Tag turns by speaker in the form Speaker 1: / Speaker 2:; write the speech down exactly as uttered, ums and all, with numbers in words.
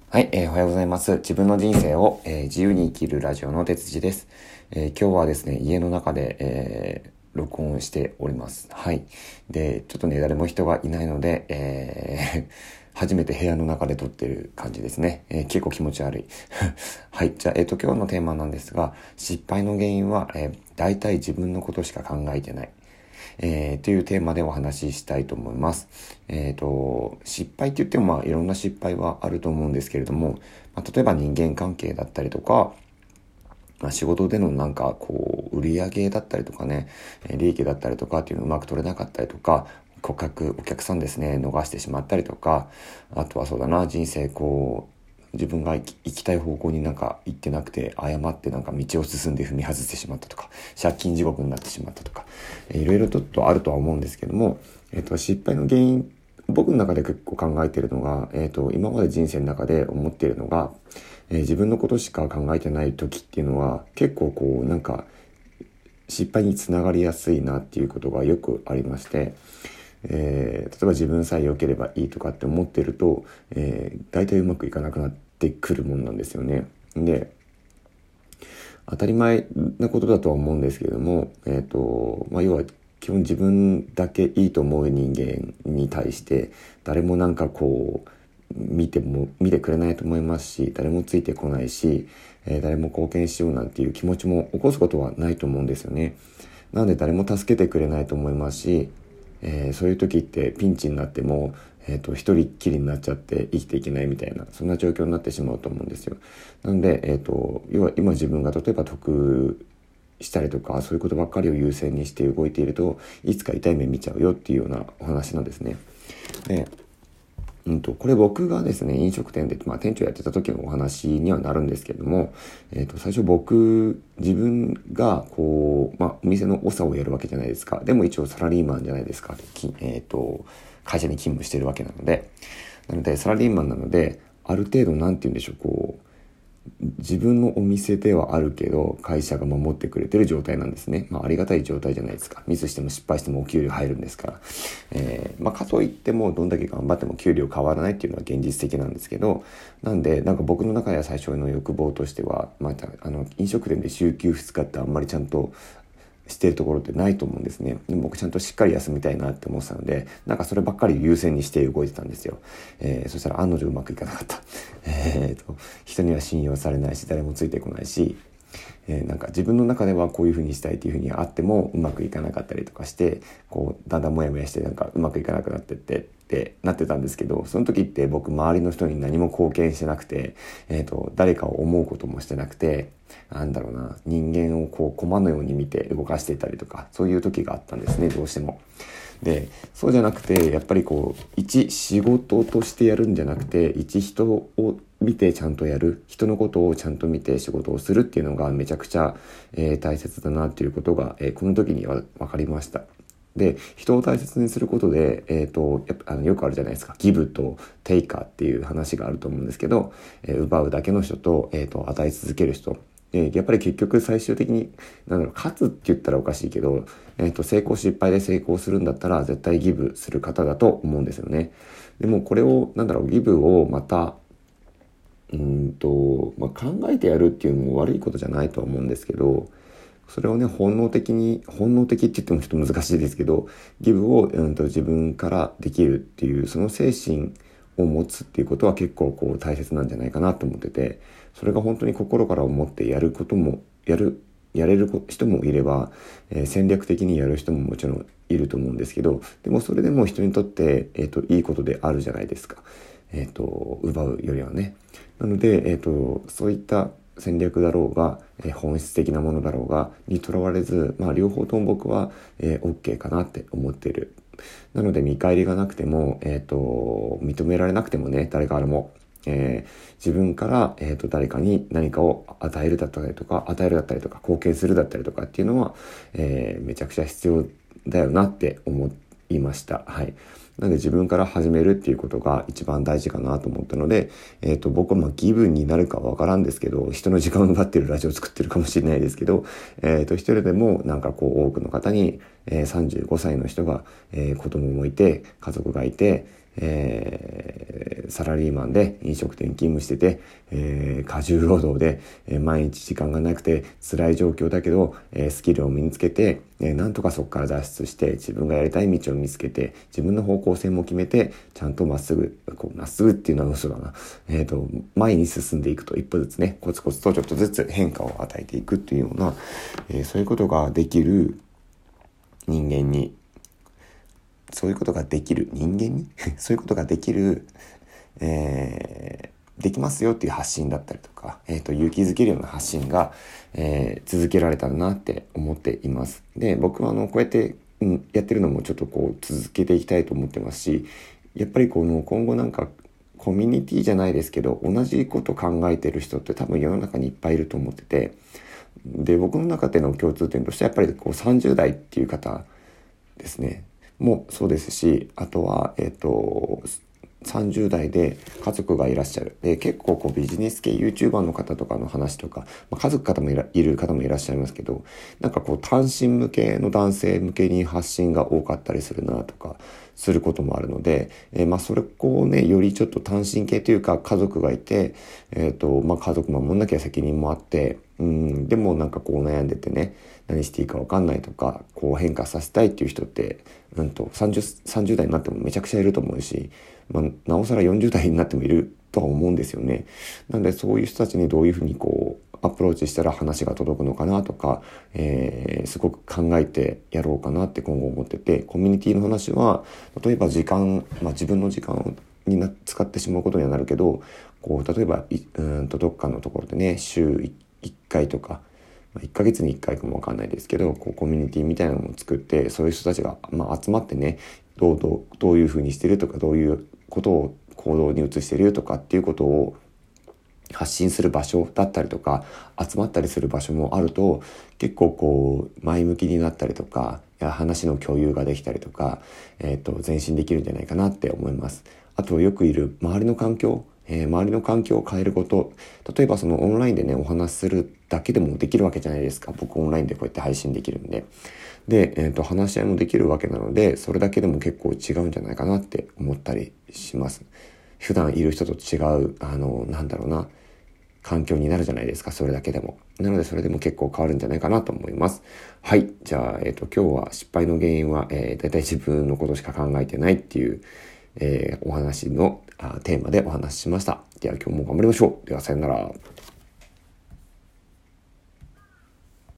Speaker 1: はい、えーおはようございます。自分の人生を、えー自由に生きるラジオの哲司です。えー今日はですね、家の中で、えー録音しております。はい。で、ちょっとね、誰も人がいないので、えー初めて部屋の中で撮ってる感じですね。えー結構気持ち悪い。はい。じゃあ、えっと、今日のテーマなんですが、失敗の原因は、えー大体自分のことしか考えてない。えー、というテーマでお話ししたいと思います。えっと、失敗って言ってもまあいろんな失敗はあると思うんですけれども、まあ、例えば人間関係だったりとか、まあ、仕事でのなんかこう売り上げだったりとかね、えー利益だったりとかっていうのをうまく取れなかったりとか、顧客、お客さんですね、逃してしまったりとか、あとはそうだな、人生こう、自分が行き行きたい方向になんか行ってなくて、誤ってなんか道を進んで踏み外してしまったとか、借金地獄になってしまったとか、えーいろいろちょっとあるとは思うんですけども、えっと、失敗の原因、僕の中で結構考えているのが、えっと、今まで人生の中で思っているのが、えー自分のことしか考えてない時っていうのは、結構こう、なんか、失敗につながりやすいなっていうことがよくありまして、えー例えば自分さえ良ければいいとかって思ってると、えー大体うまくいかなくなってくるもんなんですよね。で、当たり前なことだとは思うんですけれども、えっと、まあ、要は基本自分だけいいと思う人間に対して誰もなんかこう見ても見てくれないと思いますし、誰もついてこないし、えー誰も貢献しようなんていう気持ちも起こすことはないと思うんですよね。なので誰も助けてくれないと思いますし、えーそういう時ってピンチになっても、えーと、一人っきりになっちゃって生きていけないみたいな、そんな状況になってしまうと思うんですよ。なので、えーと、要は今自分が例えば得したりとか、そういうことばっかりを優先にして動いていると、いつか痛い目見ちゃうよっていうようなお話なんですね。で、うんと、これ僕がですね、飲食店で、まあ、店長やってた時のお話にはなるんですけれども、えっと、最初僕、自分が、こう、まあ、お店の長をやるわけじゃないですか。でも一応サラリーマンじゃないですか。きえっと、会社に勤務してるわけなので。なので、サラリーマンなので、ある程度、なんて言うんでしょう、こう、自分のお店ではあるけど会社が守ってくれてる状態なんですね。まあ、ありがたい状態じゃないですか。ミスしても失敗してもお給料入るんですから、えーまあ、かといってもどんだけ頑張っても給料変わらないっていうのは現実的なんですけど、なんでなんか僕の中では最初の欲望としては、またあの飲食店で週休ふつかってあんまりちゃんとしてるところってないと思うんですね。でも僕ちゃんとしっかり休みたいなって思ってたので、なんかそればっかり優先にして動いてたんですよ。えー、そしたら案の定うまくいかなかった。えーと、人には信用されないし、誰もついてこないし、えー、なんか自分の中ではこういう風にしたいっていう風にあってもうまくいかなかったりとかして、こうだんだんモヤモヤしてなんかうまくいかなくなってってってなってたんですけど、その時って僕周りの人に何も貢献してなくて、えーと、誰かを思うこともしてなくて、なんだろうな、人間をこう駒のように見て動かしていたりとか、そういう時があったんですね、どうしても。で、そうじゃなくて、やっぱりこう、一仕事としてやるんじゃなくて、一人を見てちゃんとやる、人のことをちゃんと見て仕事をするっていうのがめちゃくちゃ、えー大切だなっていうことが、えーこの時には分かりました。で、人を大切にすることで、えっと、やっぱあのよくあるじゃないですか。ギブとテイカーっていう話があると思うんですけど、えー奪うだけの人と、えっと、与え続ける人。で、やっぱり結局最終的に、なんだろう、勝つって言ったらおかしいけど、えっと、成功失敗で成功するんだったら絶対ギブする方だと思うんですよね。でもこれを、なんだろう、ギブをまた、うーんと、まあ、考えてやるっていうのも悪いことじゃないとは思うんですけど、それをね、本能的に、本能的って言ってもちょっと難しいですけど、ギブを、うん、と自分からできるっていう、その精神を持つっていうことは結構こう大切なんじゃないかなと思ってて、それが本当に心から思ってやることも、やる、やれる人もいれば、えー戦略的にやる人ももちろんいると思うんですけど、でもそれでも人にとって、えっと、いいことであるじゃないですか。えっと、奪うよりはね。なので、えっと、そういった戦略だろうが、えー本質的なものだろうがにとらわれず、まあ、両方とも僕は、えー、OK かなって思っている。なので見返りがなくても、えっと、認められなくてもね、誰からも、えー自分から、えーと、誰かに何かを与えるだったりとか、与えるだったりとか、貢献するだったりとかっていうのは、えーめちゃくちゃ必要だよなって思いました。はい。なので自分から始めるっていうことが一番大事かなと思ったので、えっと、僕はまあギブになるかはわからんですけど、人の時間を奪ってるラジオを作ってるかもしれないですけど、えっと、一人でもなんかこう多くの方に、えーさんじゅうごさいの人が、えー子供もいて、家族がいて、えー、サラリーマンで飲食店勤務してて、えー、過重労働で、えー、毎日時間がなくて辛い状況だけど、えー、スキルを身につけて、えー、なんとかそこから脱出して自分がやりたい道を見つけて自分の方向性も決めてちゃんとまっすぐこうまっすぐっていうのは嘘だな、えーと、前に進んでいくと、一歩ずつねコツコツとちょっとずつ変化を与えていくっていうような、えー、そういうことができる人間にそういうことができる人間にそういうことができる、えー、できますよっていう発信だったりとか、えーと、勇気づけるような発信が、えー、続けられたらなって思っています。で、僕はあのこうやって、うん、やってるのもちょっとこう続けていきたいと思ってますし、やっぱりこの今後なんかコミュニティじゃないですけど、同じこと考えてる人って多分世の中にいっぱいいると思ってて、で、僕の中での共通点としてやっぱりこうさんじゅう代っていう方ですねもそうですし、あとは、えっと、さんじゅう代で家族がいらっしゃる。で、結構こうビジネス系 YouTuber の方とかの話とか、まあ、家族方もいらいる方もいらっしゃいますけど、なんかこう単身向けの男性向けに発信が多かったりするなとか、することもあるので、えー、まあそれこうね、よりちょっと単身系というか家族がいて、えっと、まあ家族守んなきゃ責任もあって、うん、でもなんかこう悩んでてね、何していいか分かんないとか、こう変化させたいっていう人って、うんと30、さんじゅう代になってもめちゃくちゃいると思うし、まあ、なおさらよんじゅう代になってもいるとは思うんですよね。なのでそういう人たちにどういうふうにこうアプローチしたら話が届くのかなとか、えー、すごく考えてやろうかなって今後思ってて、コミュニティの話は例えば時間、まあ、自分の時間にな使ってしまうことにはなるけど、こう例えばいうんとどっかのところでね、週いっかいとかいっかげつにいっかいかもわかんないですけど、こうコミュニティみたいなのを作って、そういう人たちが、まあ、集まってね、どうどうどういうふうにしてるとか、どういうことを行動に移してるとかっていうことを発信する場所だったりとか、集まったりする場所もあると、結構こう前向きになったりとか、いや話の共有ができたりとか、えっと前進できるんじゃないかなって思います。あとよくいる周りの環境、えー、周りの環境を変えること、例えばそのオンラインでねお話しするだけでもできるわけじゃないですか。僕オンラインでこうやって配信できるんで、で、えー、と話し合いもできるわけなので、それだけでも結構違うんじゃないかなって思ったりします。普段いる人と違う、あのなんだろうな環境になるじゃないですか、それだけでも。なのでそれでも結構変わるんじゃないかなと思います。はい。じゃあ、えっと、今日は失敗の原因は、えー、だいたい自分のことしか考えてないっていう、えー、お話のあテーマでお話ししました。では今日も頑張りましょう。ではさよなら。